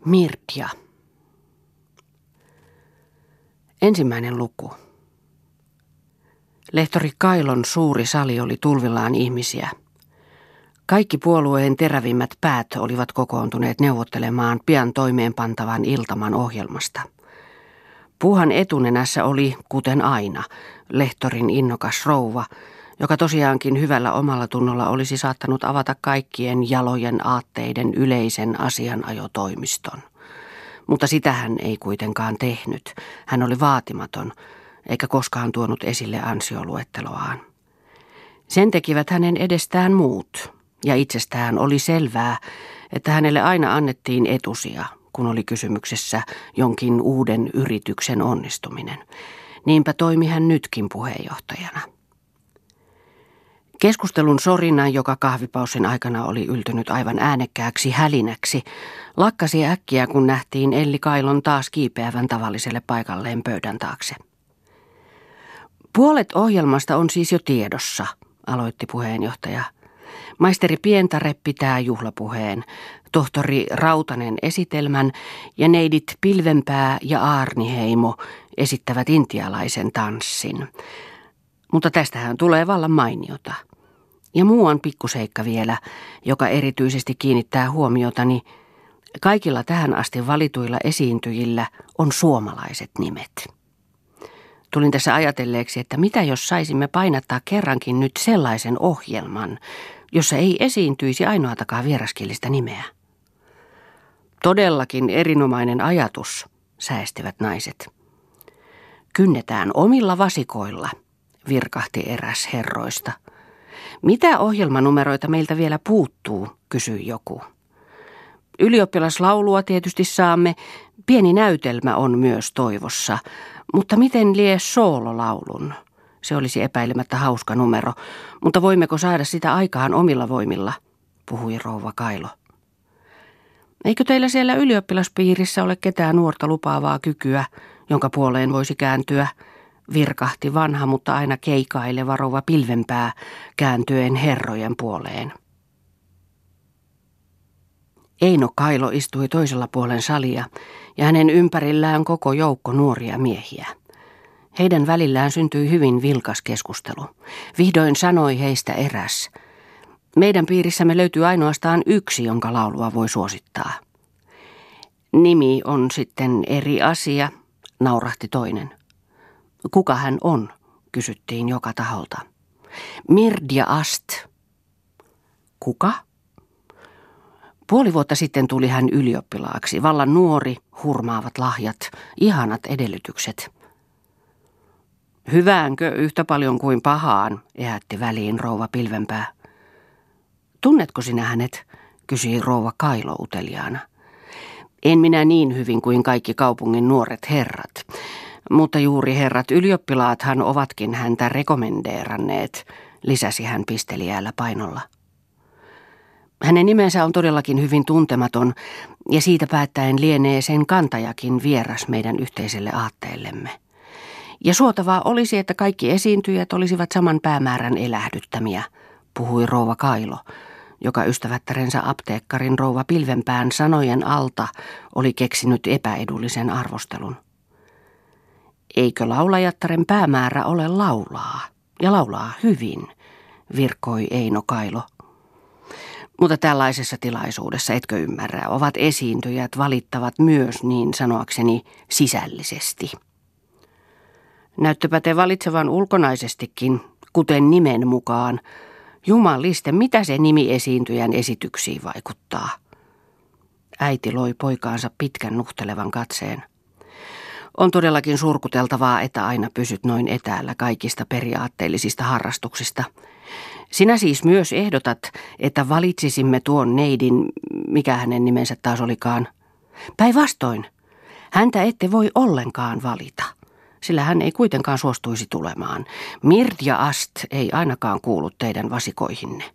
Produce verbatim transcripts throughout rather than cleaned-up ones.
Mirdja. Ensimmäinen luku. Lehtori Kailon suuri sali oli tulvillaan ihmisiä. Kaikki puolueen terävimmät päät olivat kokoontuneet neuvottelemaan pian toimeenpantavan iltaman ohjelmasta. Puuhan etunenässä oli, kuten aina, lehtorin innokas rouva, joka tosiaankin hyvällä omalla tunnolla olisi saattanut avata kaikkien jalojen aatteiden yleisen asianajotoimiston. Mutta sitä hän ei kuitenkaan tehnyt. Hän oli vaatimaton, eikä koskaan tuonut esille ansioluetteloaan. Sen tekivät hänen edestään muut, ja itsestään oli selvää, että hänelle aina annettiin etusija, kun oli kysymyksessä jonkin uuden yrityksen onnistuminen. Niinpä toimi hän nytkin puheenjohtajana. Keskustelun sorina, joka kahvipausin aikana oli yltynyt aivan äänekkääksi hälinäksi, lakkasi äkkiä, kun nähtiin Elli Kailon taas kiipeävän tavalliselle paikalleen pöydän taakse. Puolet ohjelmasta on siis jo tiedossa, aloitti puheenjohtaja. Maisteri Pientare pitää juhlapuheen, tohtori Rautanen esitelmän ja neidit Pilvenpää ja Aarniheimo esittävät intialaisen tanssin. Mutta tästähän tulee vallan mainiota. Ja muuan pikkuseikka vielä, joka erityisesti kiinnittää huomiotani. Kaikilla tähän asti valituilla esiintyjillä on suomalaiset nimet. Tulin tässä ajatelleeksi, että mitä jos saisimme painattaa kerrankin nyt sellaisen ohjelman, jossa ei esiintyisi ainoatakaan vieraskielistä nimeä. Todellakin erinomainen ajatus, säestivät naiset. Kynnetään omilla vasikoilla, virkahti eräs herroista. Mitä ohjelmanumeroita meiltä vielä puuttuu, kysyi joku. Ylioppilaslaulua tietysti saamme, pieni näytelmä on myös toivossa, mutta miten lie soololaulun? Se olisi epäilemättä hauska numero, mutta voimmeko saada sitä aikaan omilla voimilla, puhui rouva Kailo. Eikö teillä siellä ylioppilaspiirissä ole ketään nuorta lupaavaa kykyä, jonka puoleen voisi kääntyä? Virkahti vanha, mutta aina keikaileva rouva Pilvenpää kääntyen herrojen puoleen. Eino Kailo istui toisella puolen salia ja hänen ympärillään koko joukko nuoria miehiä. Heidän välillään syntyi hyvin vilkas keskustelu. Vihdoin sanoi heistä eräs. Meidän piirissämme löytyy ainoastaan yksi, jonka laulua voi suosittaa. Nimi on sitten eri asia, naurahti toinen. Kuka hän on, kysyttiin joka taholta. Mirdja Ast. Kuka? Puoli vuotta sitten tuli hän ylioppilaaksi, vallan nuori, hurmaavat lahjat, ihanat edellytykset. Hyväänkö yhtä paljon kuin pahaan, ehätti väliin rouva Pilvenpää. Tunnetko sinä hänet, kysyi rouva Kailo uteliaana. En minä niin hyvin kuin kaikki kaupungin nuoret herrat, mutta juuri herrat ylioppilaathan ovatkin häntä rekomendeeranneet, lisäsi hän pisteliäällä painolla. Hänen nimensä on todellakin hyvin tuntematon, ja siitä päättäen lienee sen kantajakin vieras meidän yhteiselle aatteellemme. Ja suotavaa olisi, että kaikki esiintyjät olisivat saman päämäärän elähdyttämiä, puhui rouva Kailo, joka ystävättärensä apteekkarin rouva Pilvenpään sanojen alta oli keksinyt epäedullisen arvostelun. Eikö laulajattaren päämäärä ole laulaa, ja laulaa hyvin, virkoi Eino Kailo. Mutta tällaisessa tilaisuudessa, etkö ymmärrä, ovat esiintyjät valittavat myös niin sanoakseni sisällisesti. Näyttöpä te valitsevan ulkonaisestikin, kuten nimen mukaan. Jumaliste, mitä se nimi esiintyjän esityksiin vaikuttaa? Äiti loi poikaansa pitkän nuhtelevan katseen. On todellakin surkuteltavaa, että aina pysyt noin etäällä kaikista periaatteellisista harrastuksista. Sinä siis myös ehdotat, että valitsisimme tuon neidin, mikä hänen nimensä taas olikaan. Päinvastoin, häntä ette voi ollenkaan valita, sillä hän ei kuitenkaan suostuisi tulemaan. Mirdja Ast ei ainakaan kuulu teidän vasikoihinne.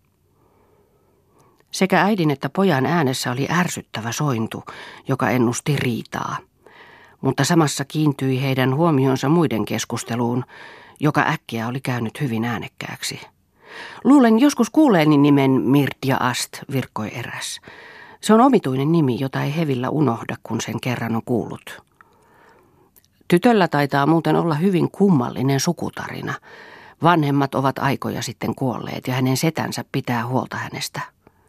Sekä äidin että pojan äänessä oli ärsyttävä sointu, joka ennusti riitaa. Mutta samassa kiintyi heidän huomionsa muiden keskusteluun, joka äkkiä oli käynyt hyvin äänekkääksi. Luulen joskus kuuleeni nimen Mirdja Ast, virkkoi eräs. Se on omituinen nimi, jota ei hevillä unohda, kun sen kerran on kuullut. Tytöllä taitaa muuten olla hyvin kummallinen sukutarina. Vanhemmat ovat aikoja sitten kuolleet ja hänen setänsä pitää huolta hänestä.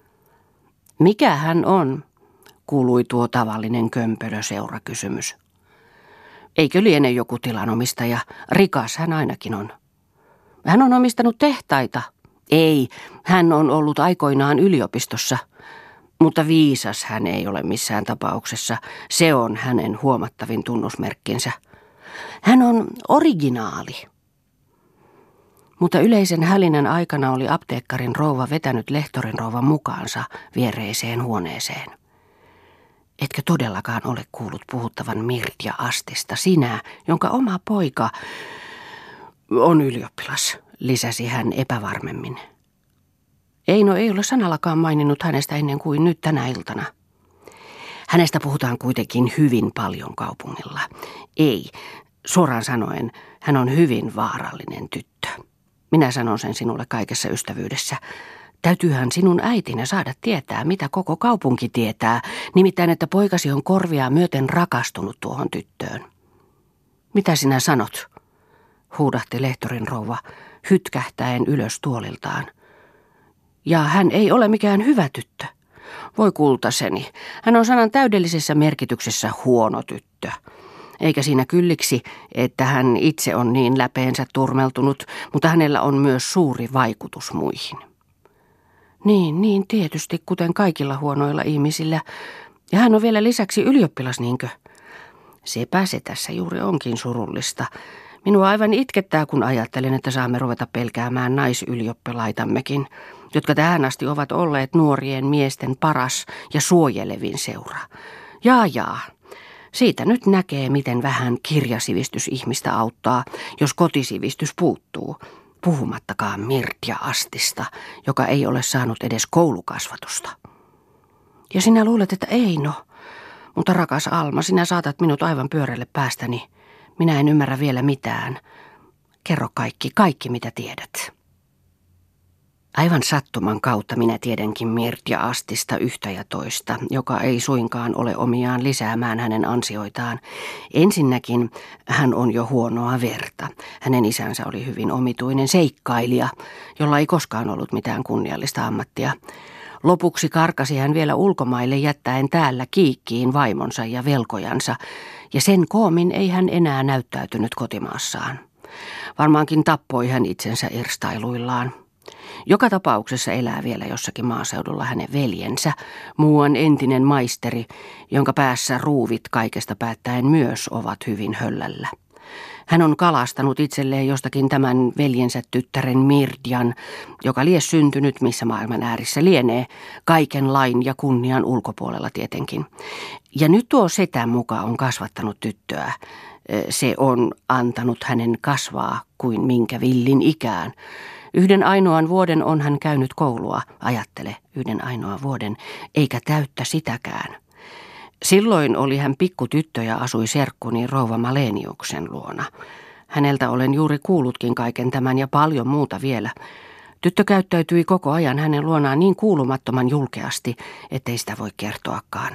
Mikä hän on, kuului tuo tavallinen kömpelö seurakysymys. Eikö liene joku tilanomistaja? Rikas hän ainakin on. Hän on omistanut tehtaita. Ei, hän on ollut aikoinaan yliopistossa. Mutta viisas hän ei ole missään tapauksessa. Se on hänen huomattavin tunnusmerkkinsä. Hän on originaali. Mutta yleisen hälinän aikana oli apteekkarin rouva vetänyt lehtorin rouvan mukaansa viereiseen huoneeseen. Etkö todellakaan ole kuullut puhuttavan Mirtja Astista, sinä, jonka oma poika on ylioppilas, lisäsi hän epävarmemmin. Eino ei ole sanallakaan maininnut hänestä ennen kuin nyt tänä iltana. Hänestä puhutaan kuitenkin hyvin paljon kaupungilla. Ei, suoraan sanoen, hän on hyvin vaarallinen tyttö. Minä sanon sen sinulle kaikessa ystävyydessä. Täytyyhän sinun äitinä saada tietää, mitä koko kaupunki tietää, nimittäin että poikasi on korvia myöten rakastunut tuohon tyttöön. Mitä sinä sanot? Huudahti lehtorin rouva, hytkähtäen ylös tuoliltaan. Ja hän ei ole mikään hyvä tyttö. Voi kultaseni, hän on sanan täydellisessä merkityksessä huono tyttö. Eikä siinä kylliksi, että hän itse on niin läpeensä turmeltunut, mutta hänellä on myös suuri vaikutus muihin. Niin, niin tietysti, kuten kaikilla huonoilla ihmisillä. Ja hän on vielä lisäksi ylioppilas, niinkö? Sepä se tässä juuri onkin surullista. Minua aivan itkettää, kun ajattelen, että saamme ruveta pelkäämään naisylioppilaitaammekin, jotka tähän asti ovat olleet nuorien miesten paras ja suojelevin seura. Jaa, jaa. Siitä nyt näkee, miten vähän kirjasivistys ihmistä auttaa, jos kotisivistys puuttuu. Puhumattakaan Mirtja Astista, joka ei ole saanut edes koulukasvatusta. Ja sinä luulet, että ei no. Mutta rakas Alma, sinä saatat minut aivan pyörälle päästäni. Minä en ymmärrä vielä mitään. Kerro kaikki, kaikki mitä tiedät. Aivan sattuman kautta minä tiedänkin Mirtja Astista yhtä ja toista, joka ei suinkaan ole omiaan lisäämään hänen ansioitaan. Ensinnäkin hän on jo huonoa verta. Hänen isänsä oli hyvin omituinen seikkailija, jolla ei koskaan ollut mitään kunniallista ammattia. Lopuksi karkasi hän vielä ulkomaille jättäen täällä kiikkiin vaimonsa ja velkojansa, ja sen koomin ei hän enää näyttäytynyt kotimaassaan. Varmaankin tappoi hän itsensä irstailuillaan. Joka tapauksessa elää vielä jossakin maaseudulla hänen veljensä, muuan entinen maisteri, jonka päässä ruuvit kaikesta päättäen myös ovat hyvin höllällä. Hän on kalastanut itselleen jostakin tämän veljensä tyttären Mirtjan, joka lie syntynyt missä maailman äärissä lienee, kaiken lain ja kunnian ulkopuolella tietenkin. Ja nyt tuo setä muka on kasvattanut tyttöä. Se on antanut hänen kasvaa kuin minkä villin ikään. Yhden ainoan vuoden on hän käynyt koulua, ajattele, yhden ainoan vuoden, eikä täyttä sitäkään. Silloin oli hän pikkutyttö ja asui serkkuni rouva Maleniuksen luona. Häneltä olen juuri kuullutkin kaiken tämän ja paljon muuta vielä. Tyttö käyttäytyi koko ajan hänen luonaan niin kuulumattoman julkeasti, ettei sitä voi kertoakaan.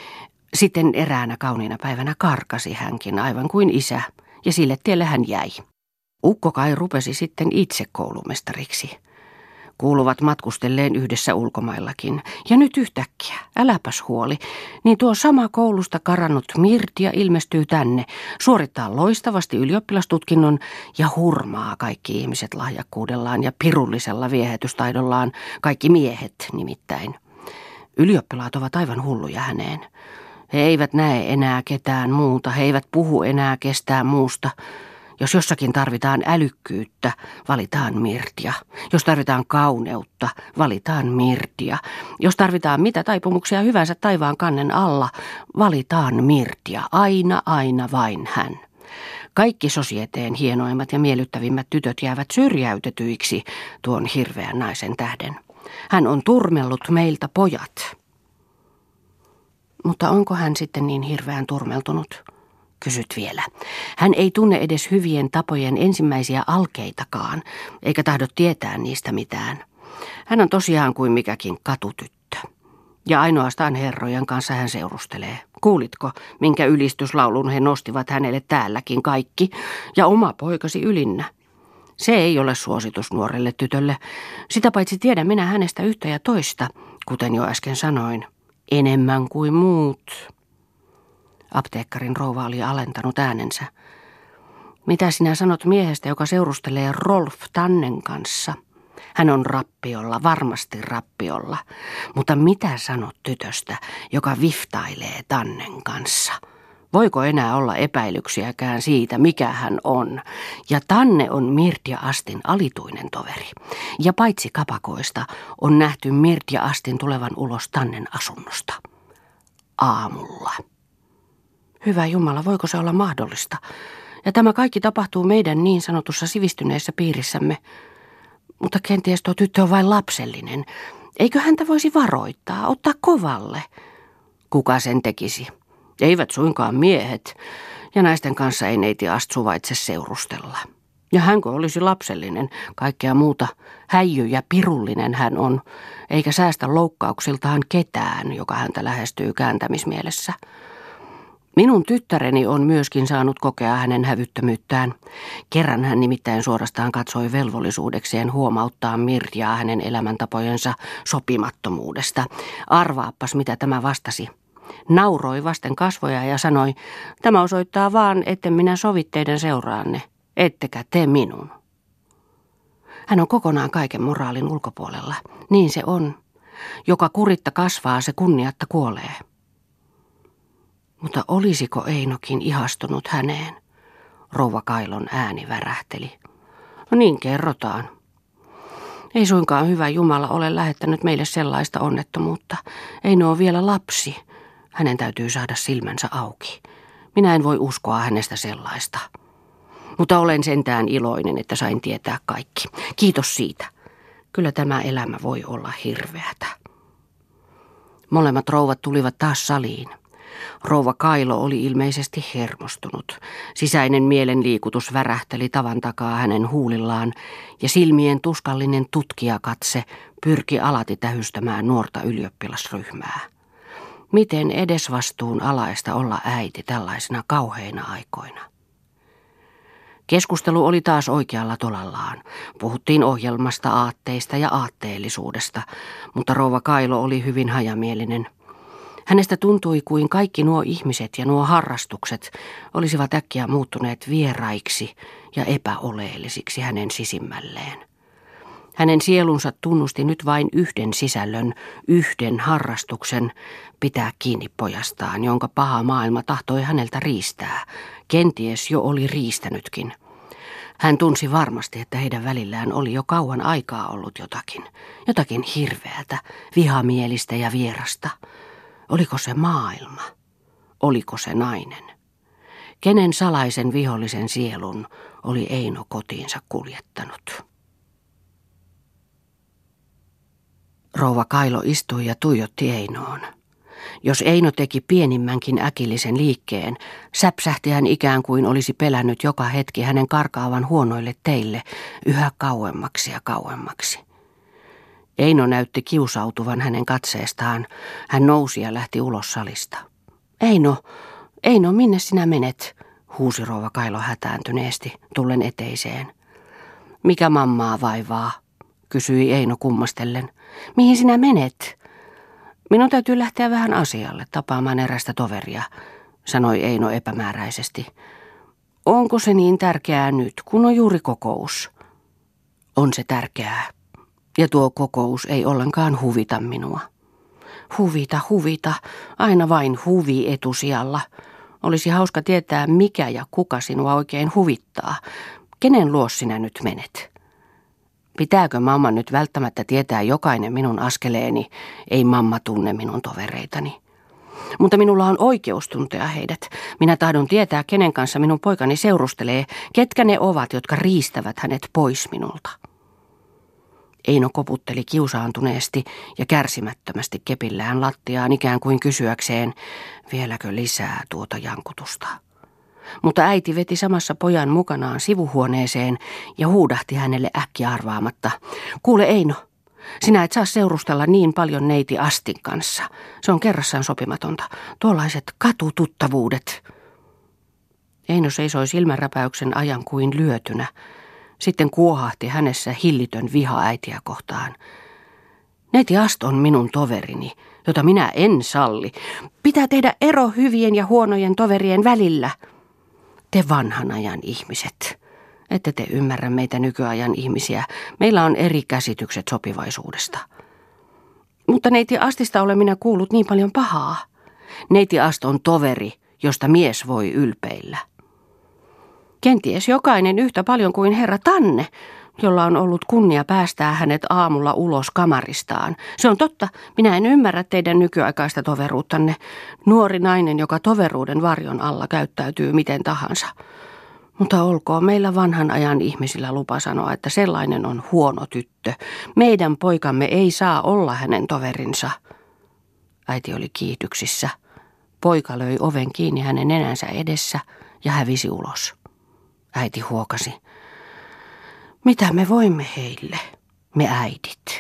Sitten eräänä kauniina päivänä karkasi hänkin aivan kuin isä, ja sille tielle hän jäi. Ukko kai rupesi sitten itse koulumestariksi. Kuuluvat matkustelleen yhdessä ulkomaillakin. Ja nyt yhtäkkiä, äläpäs huoli, niin tuo sama koulusta karannut Mirtja ilmestyy tänne, suorittaa loistavasti ylioppilastutkinnon ja hurmaa kaikki ihmiset lahjakkuudellaan ja pirullisella viehätystaidollaan, kaikki miehet nimittäin. Ylioppilaat ovat aivan hulluja häneen. He eivät näe enää ketään muuta, he eivät puhu enää kestään muusta. Jos jossakin tarvitaan älykkyyttä, valitaan Mirtja. Jos tarvitaan kauneutta, valitaan Mirtja. Jos tarvitaan mitä taipumuksia hyvänsä taivaan kannen alla, valitaan Mirtja. Aina, aina vain hän. Kaikki sosieteen hienoimmat ja miellyttävimmät tytöt jäävät syrjäytetyiksi tuon hirveän naisen tähden. Hän on turmellut meiltä pojat. Mutta onko hän sitten niin hirveän turmeltunut? Kysyt vielä. Hän ei tunne edes hyvien tapojen ensimmäisiä alkeitakaan, eikä tahdo tietää niistä mitään. Hän on tosiaan kuin mikäkin katutyttö. Ja ainoastaan herrojen kanssa hän seurustelee. Kuulitko, minkä ylistyslaulun he nostivat hänelle täälläkin kaikki, ja oma poikasi ylinnä? Se ei ole suositus nuorelle tytölle. Sitä paitsi tiedän minä hänestä yhtä ja toista, kuten jo äsken sanoin. Enemmän kuin muut. Apteekkarin rouva oli alentanut äänensä. Mitä sinä sanot miehestä, joka seurustelee Rolf Tannen kanssa? Hän on rappiolla, varmasti rappiolla. Mutta mitä sanot tytöstä, joka viftailee Tannen kanssa? Voiko enää olla epäilyksiäkään siitä, mikä hän on? Ja Tanne on Mirtja Astin alituinen toveri. Ja paitsi kapakoista on nähty Mirtja Astin tulevan ulos Tannen asunnosta. Aamulla. Hyvä Jumala, voiko se olla mahdollista? Ja tämä kaikki tapahtuu meidän niin sanotussa sivistyneessä piirissämme. Mutta kenties tuo tyttö on vain lapsellinen. Eikö häntä voisi varoittaa, ottaa kovalle? Kuka sen tekisi? Eivät suinkaan miehet. Ja naisten kanssa ei neiti Ast suvaitse seurustella. Ja hänkö olisi lapsellinen, kaikkea muuta. Häijy ja pirullinen hän on, eikä säästä loukkauksiltaan ketään, joka häntä lähestyy kääntämismielessä. Minun tyttäreni on myöskin saanut kokea hänen hävyttömyyttään. Kerran hän nimittäin suorastaan katsoi velvollisuudekseen huomauttaa Mirjaa hänen elämäntapojensa sopimattomuudesta. Arvaappas, mitä tämä vastasi. Nauroi vasten kasvoja ja sanoi, tämä osoittaa vaan, etten minä sovi teidän seuraanne, ettekä te minun. Hän on kokonaan kaiken moraalin ulkopuolella. Niin se on. Joka kuritta kasvaa, se kunniatta kuolee. Mutta olisiko Einokin ihastunut häneen? Rouva Kailon ääni värähteli. No niin kerrotaan. Ei suinkaan hyvä Jumala ole lähettänyt meille sellaista onnettomuutta. Eino on vielä lapsi. Hänen täytyy saada silmänsä auki. Minä en voi uskoa hänestä sellaista. Mutta olen sentään iloinen, että sain tietää kaikki. Kiitos siitä. Kyllä tämä elämä voi olla hirveätä. Molemmat rouvat tulivat taas saliin. Rouva Kailo oli ilmeisesti hermostunut. Sisäinen mielenliikutus värähteli tavan takaa hänen huulillaan ja silmien tuskallinen tutkijakatse pyrki alati tähystämään nuorta ylioppilasryhmää. Miten edesvastuun alaista olla äiti tällaisina kauheina aikoina? Keskustelu oli taas oikealla tolallaan. Puhuttiin ohjelmasta, aatteista ja aatteellisuudesta, mutta rouva Kailo oli hyvin hajamielinen. Hänestä tuntui kuin kaikki nuo ihmiset ja nuo harrastukset olisivat äkkiä muuttuneet vieraiksi ja epäoleellisiksi hänen sisimmälleen. Hänen sielunsa tunnusti nyt vain yhden sisällön, yhden harrastuksen, pitää kiinni pojastaan, jonka paha maailma tahtoi häneltä riistää. Kenties jo oli riistänytkin. Hän tunsi varmasti, että heidän välillään oli jo kauan aikaa ollut jotakin. Jotakin hirveätä, vihamielistä ja vierasta. Oliko se maailma? Oliko se nainen? Kenen salaisen vihollisen sielun oli Eino kotiinsa kuljettanut? Rouva Kailo istui ja tuijotti Einoon. Jos Eino teki pienimmänkin äkillisen liikkeen, säpsähti hän ikään kuin olisi pelännyt joka hetki hänen karkaavan huonoille teille yhä kauemmaksi ja kauemmaksi. Eino näytti kiusautuvan hänen katseestaan. Hän nousi ja lähti ulos salista. Eino, Eino, minne sinä menet? Huusi rouva Kailo hätääntyneesti, tullen eteiseen. Mikä mammaa vaivaa? Kysyi Eino kummastellen. Mihin sinä menet? Minun täytyy lähteä vähän asialle tapaamaan erästä toveria, sanoi Eino epämääräisesti. Onko se niin tärkeää nyt, kun on juuri kokous? On se tärkeää. Ja tuo kokous ei ollenkaan huvita minua. Huvita, huvita, aina vain huvi etusijalla. Olisi hauska tietää, mikä ja kuka sinua oikein huvittaa. Kenen luos sinä nyt menet? Pitääkö mamma nyt välttämättä tietää jokainen minun askeleeni? Ei mamma tunne minun tovereitani. Mutta minulla on oikeus tuntea heidät. Minä tahdon tietää, kenen kanssa minun poikani seurustelee, ketkä ne ovat, jotka riistävät hänet pois minulta. Eino koputteli kiusaantuneesti ja kärsimättömästi kepillään lattiaan ikään kuin kysyäkseen, vieläkö lisää tuota jankutusta. Mutta äiti veti samassa pojan mukanaan sivuhuoneeseen ja huudahti hänelle äkkiä arvaamatta. Kuule Eino, Sinä et saa seurustella niin paljon neiti Astin kanssa. Se on kerrassaan sopimatonta. Tuollaiset katututtavuudet. Eino seisoi silmänräpäyksen ajan kuin lyötynä. Sitten kuohahti hänessä hillitön viha äitiä kohtaan. Neiti Ast on minun toverini, jota minä en salli. Pitää tehdä ero hyvien ja huonojen toverien välillä. Te vanhan ajan ihmiset. Ette te ymmärrä meitä nykyajan ihmisiä. Meillä on eri käsitykset sopivaisuudesta. Mutta neiti Astista olen minä kuullut niin paljon pahaa. Neiti Ast on toveri, josta mies voi ylpeillä. Kenties jokainen yhtä paljon kuin herra Tanne, jolla on ollut kunnia päästää hänet aamulla ulos kamaristaan. Se on totta, minä en ymmärrä teidän nykyaikaista toveruuttanne. Nuori nainen, joka toveruuden varjon alla käyttäytyy miten tahansa. Mutta olkoon meillä vanhan ajan ihmisillä lupa sanoa, että sellainen on huono tyttö. Meidän poikamme ei saa olla hänen toverinsa. Äiti oli kiihdyksissä. Poika löi oven kiinni hänen nenänsä edessä ja hävisi ulos. Äiti huokasi. Mitä me voimme heille, me äidit?